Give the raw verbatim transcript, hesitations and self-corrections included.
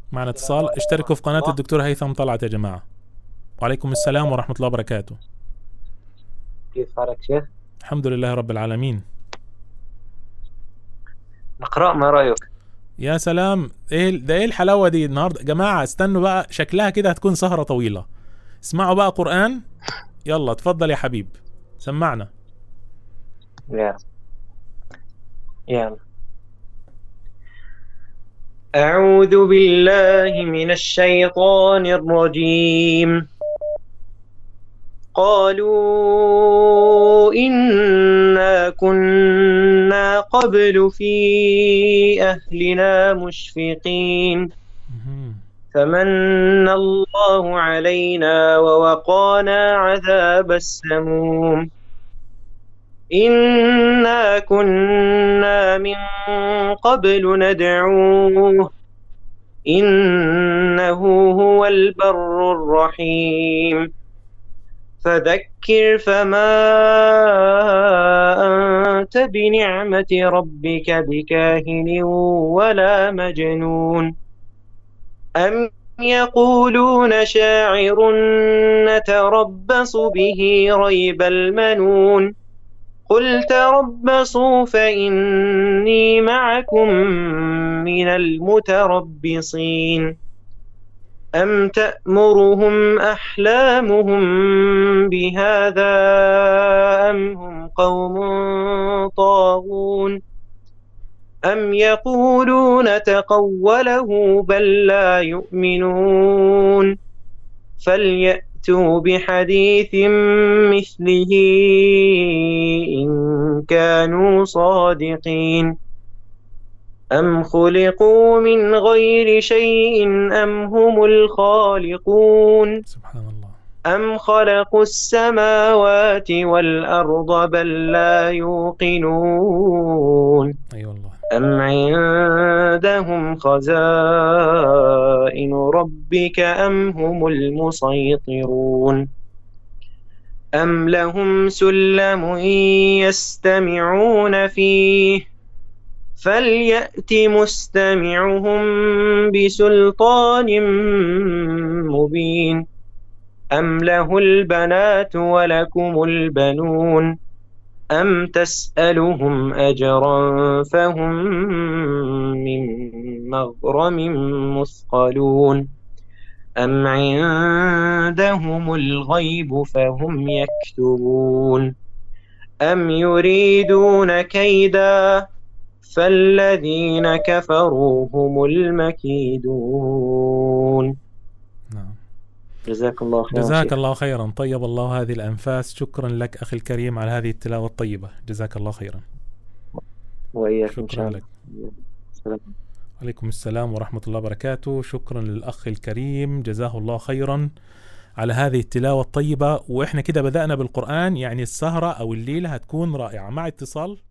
معنا اتصال. اشتركوا في قناة الدكتور هيثم طلعت يا جماعة. وعليكم السلام ورحمة الله وبركاته. كيف حالك شيخ؟ الحمد لله رب العالمين. نقرأ، ما رأيك؟ يا سلام، ايه ده؟ ايه الحلاوة دي النهاردة؟ جماعة استنوا بقى، شكلها كده هتكون سهرة طويلة. اسمعوا بقى قرآن. يلا تفضل يا حبيب، سمعنا. يا يا أعوذ بالله من الشيطان الرجيم. قالوا إنا كنا قبل في أهلنا مشفقين مهم. فمن الله علينا ووقانا عذاب السموم. إنا كنا من قبل ندعوه إنه هو البر الرحيم. فذكر فما أنت بنعمة ربك بكاهن ولا مجنون. أم يقولون شاعر نتربص به ريب المنون. قل تربصوا فإني معكم من المتربصين. أم تأمرهم أحلامهم بهذا أم هم قوم طاغون. أم يقولون تقوله بل لا يؤمنون. فليأتوا بحديث مثله إن كانوا صادقين. أم خلقوا من غير شيء أم هم الخالقون. سبحان الله. أم خلقوا السماوات والأرض بل لا يوقنون. اي أيوة والله. أم عندهم خزائن ربك أم هم المسيطرون. أم لهم سلم يستمعون فيه فليأت مستمعهم بسلطان مبين. أم له البنات ولكم البنون. أم تسألهم أجرا فهم من مغرم مثقلون. أم عندهم الغيب فهم يكتبون. أم يريدون كيدا فالذين كفروا هم المكيدون. نعم. جزاك الله خيرا جزاك شيخ. الله خيرا، طيب الله هذه الأنفاس. شكرا لك أخي الكريم على هذه التلاوة الطيبة، جزاك الله خيرا. وإياكم إن شكرا شاء لك. الله. السلام. عليكم السلام ورحمة الله وبركاته. شكرا للأخ الكريم، جزاه الله خيرا على هذه التلاوة الطيبة. وإحنا كده بدأنا بالقرآن، يعني السهرة أو الليلة هتكون رائعة. مع اتصال.